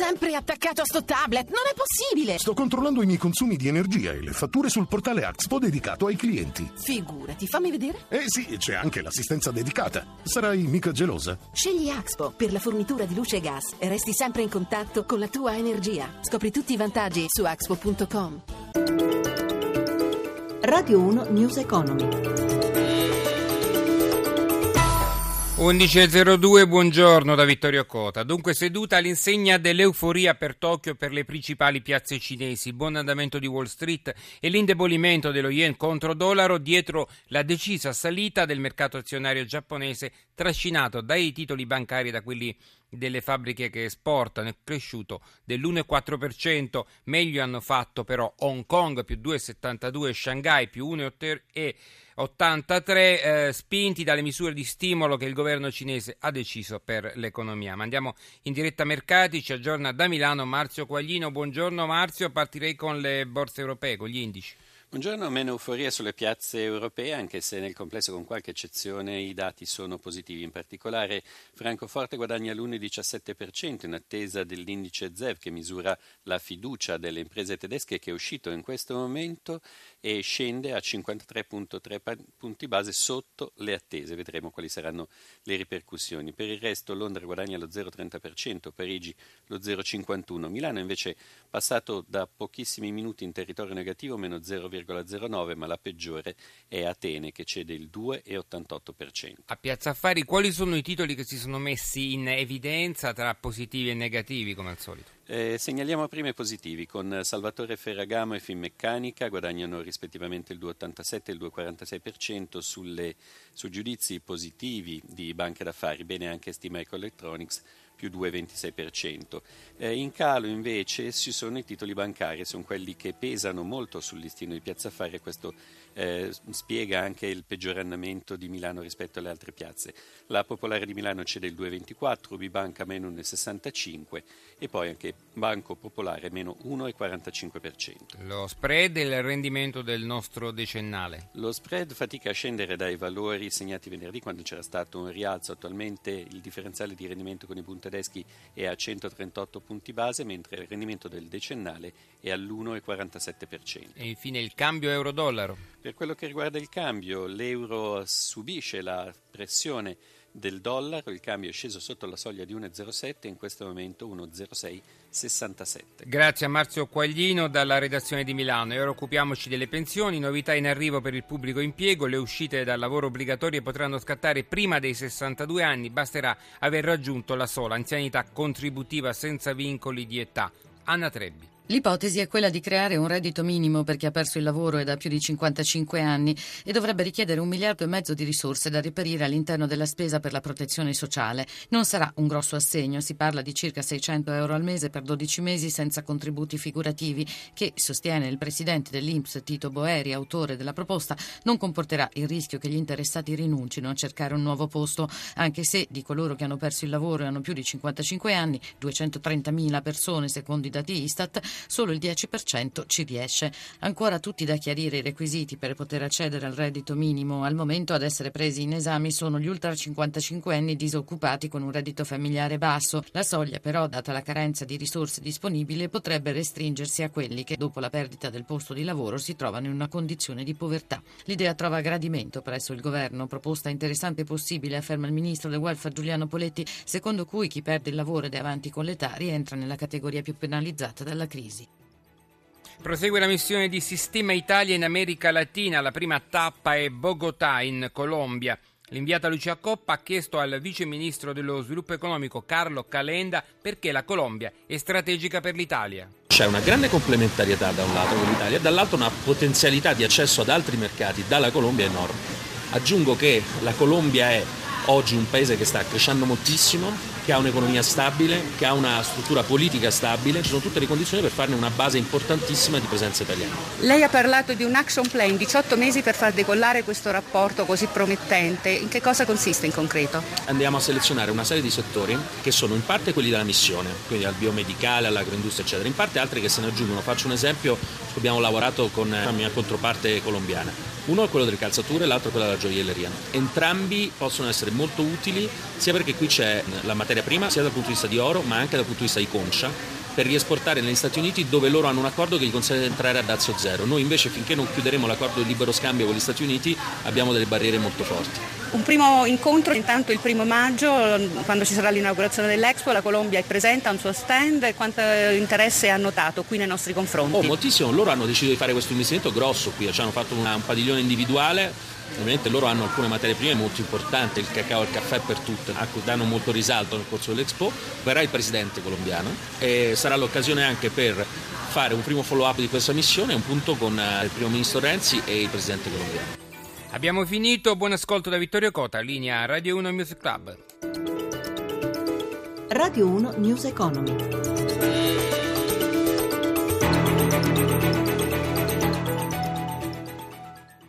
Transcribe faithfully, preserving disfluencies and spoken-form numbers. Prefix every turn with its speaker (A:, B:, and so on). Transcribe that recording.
A: sempre attaccato a sto tablet, non è possibile!
B: Sto controllando i miei consumi di energia e le fatture sul portale Axpo dedicato ai clienti.
A: Figurati, fammi vedere.
B: Eh sì, c'è anche l'assistenza dedicata. Sarai mica gelosa?
A: Scegli Axpo per la fornitura di luce e gas e resti sempre in contatto con la tua energia. Scopri tutti i vantaggi su axpo punto com.
C: Radio uno News Economy.
D: undici e zero due, buongiorno da Vittorio Cota. Dunque, seduta all'insegna dell'euforia per Tokyo per le principali piazze cinesi, buon andamento di Wall Street e l'indebolimento dello yen contro dollaro dietro la decisa salita del mercato azionario giapponese trascinato dai titoli bancari e da quelli delle fabbriche che esportano. È cresciuto dell'uno virgola quattro per cento, meglio hanno fatto però Hong Kong più due virgola settantadue, Shanghai più uno virgola ottantatré, eh, spinti dalle misure di stimolo che il governo cinese ha deciso per l'economia. Ma andiamo in diretta mercati, ci aggiorna da Milano Marzio Quaglino. Buongiorno Marzio, partirei con le borse europee, con gli indici.
E: Buongiorno, meno euforia sulle piazze europee, anche se nel complesso con qualche eccezione i dati sono positivi. In particolare Francoforte guadagna l'uno virgola diciassette per cento in attesa dell'indice Z E V che misura la fiducia delle imprese tedesche, che è uscito in questo momento e scende a cinquantatré virgola tre punti base sotto le attese. Vedremo quali saranno le ripercussioni. Per il resto Londra guadagna lo zero virgola trenta per cento, Parigi lo zero virgola cinquantuno per cento. Milano invece passato da pochissimi minuti in territorio negativo, meno zero virgola zero nove, ma la peggiore è Atene che cede il due virgola ottantotto per cento.
D: A Piazza Affari quali sono i titoli che si sono messi in evidenza tra positivi e negativi come al solito?
E: Eh, segnaliamo prima i positivi, con Salvatore Ferragamo e Finmeccanica guadagnano rispettivamente il due virgola ottantasette e il due virgola quarantasei per cento sulle, su giudizi positivi di banche d'affari, bene anche Stima Electronics più due virgola ventisei per cento. Eh, in calo invece ci sono i titoli bancari, sono quelli che pesano molto sul listino di Piazza Affari e questo eh, spiega anche il peggiore andamento di Milano rispetto alle altre piazze. La Popolare di Milano cede il due virgola ventiquattro, Ubibanca meno uno virgola sessantacinque e poi anche Banco Popolare meno uno virgola quarantacinque per cento.
D: Lo spread e il rendimento del nostro decennale?
E: Lo spread fatica a scendere dai valori segnati venerdì quando c'era stato un rialzo. Attualmente il differenziale di rendimento con i punti tedeschi è a centotrentotto punti base, mentre il rendimento del decennale è all'uno virgola quarantasette per cento.
D: E infine il cambio euro-dollaro?
E: Per quello che riguarda il cambio, l'euro subisce la pressione del dollaro, il cambio è sceso sotto la soglia di uno virgola zero sette, in questo momento uno virgola zero sei sessantasette.
D: Grazie a Marzio Quaglino dalla redazione di Milano. E ora occupiamoci delle pensioni, novità in arrivo per il pubblico impiego, le uscite dal lavoro obbligatorie potranno scattare prima dei sessantadue anni, basterà aver raggiunto la sola anzianità contributiva senza vincoli di età. Anna Trebbi.
F: L'ipotesi è quella di creare un reddito minimo per chi ha perso il lavoro e da più di cinquantacinque anni e dovrebbe richiedere un miliardo e mezzo di risorse da reperire all'interno della spesa per la protezione sociale. Non sarà un grosso assegno, si parla di circa seicento euro al mese per dodici mesi senza contributi figurativi che, sostiene il presidente dell'I N P S Tito Boeri, autore della proposta, non comporterà il rischio che gli interessati rinuncino a cercare un nuovo posto, anche se di coloro che hanno perso il lavoro e hanno più di cinquantacinque anni, duecentotrentamila persone secondo i dati Istat, solo il dieci per cento ci riesce. Ancora tutti da chiarire i requisiti per poter accedere al reddito minimo. Al momento ad essere presi in esame sono gli ultra cinquantacinque anni disoccupati con un reddito familiare basso. La soglia però, data la carenza di risorse disponibili, potrebbe restringersi a quelli che dopo la perdita del posto di lavoro si trovano in una condizione di povertà. L'idea trova gradimento presso il governo, proposta interessante e possibile, afferma il ministro del welfare Giuliano Poletti, secondo cui chi perde il lavoro ed è avanti con l'età rientra nella categoria più penalizzata dalla crisi.
D: Prosegue la missione di Sistema Italia in America Latina, la prima tappa è Bogotà in Colombia. L'inviata Lucia Coppa ha chiesto al vice ministro dello sviluppo economico Carlo Calenda perché la Colombia è strategica per l'Italia.
G: C'è una grande complementarietà da un lato con l'Italia, dall'altro una potenzialità di accesso ad altri mercati dalla Colombia enorme. Aggiungo che la Colombia è oggi un paese che sta crescendo moltissimo, che ha un'economia stabile, che ha una struttura politica stabile, ci sono tutte le condizioni per farne una base importantissima di presenza italiana.
H: Lei ha parlato di un action plan, diciotto mesi per far decollare questo rapporto così promettente. In che cosa consiste in concreto?
G: Andiamo a selezionare una serie di settori che sono in parte quelli della missione, quindi al biomedicale, all'agroindustria eccetera, in parte altri che se ne aggiungono. Faccio un esempio su cui abbiamo lavorato con la mia controparte colombiana. Uno è quello delle calzature, l'altro è quello della gioielleria. Entrambi possono essere molto utili sia perché qui c'è la materia prima sia dal punto di vista di oro ma anche dal punto di vista di concia per riesportare negli Stati Uniti, dove loro hanno un accordo che gli consente di entrare a dazio zero. Noi invece, finché non chiuderemo l'accordo di libero scambio con gli Stati Uniti, abbiamo delle barriere molto forti.
H: Un primo incontro, intanto il primo maggio, quando ci sarà l'inaugurazione dell'Expo, la Colombia è presente, ha un suo stand, e quanto interesse ha notato qui nei nostri confronti?
G: Oh, moltissimo, loro hanno deciso di fare questo investimento grosso qui, ci hanno fatto una, un padiglione individuale. Ovviamente loro hanno alcune materie prime molto importanti, il cacao e il caffè per tutte, a cui danno molto risalto nel corso dell'Expo. Verrà il presidente colombiano e sarà l'occasione anche per fare un primo follow up di questa missione, un punto con il primo ministro Renzi e il presidente colombiano.
D: Abbiamo finito, buon ascolto da Vittorio Cota, linea Radio uno Music Club.
C: Radio uno News Economy.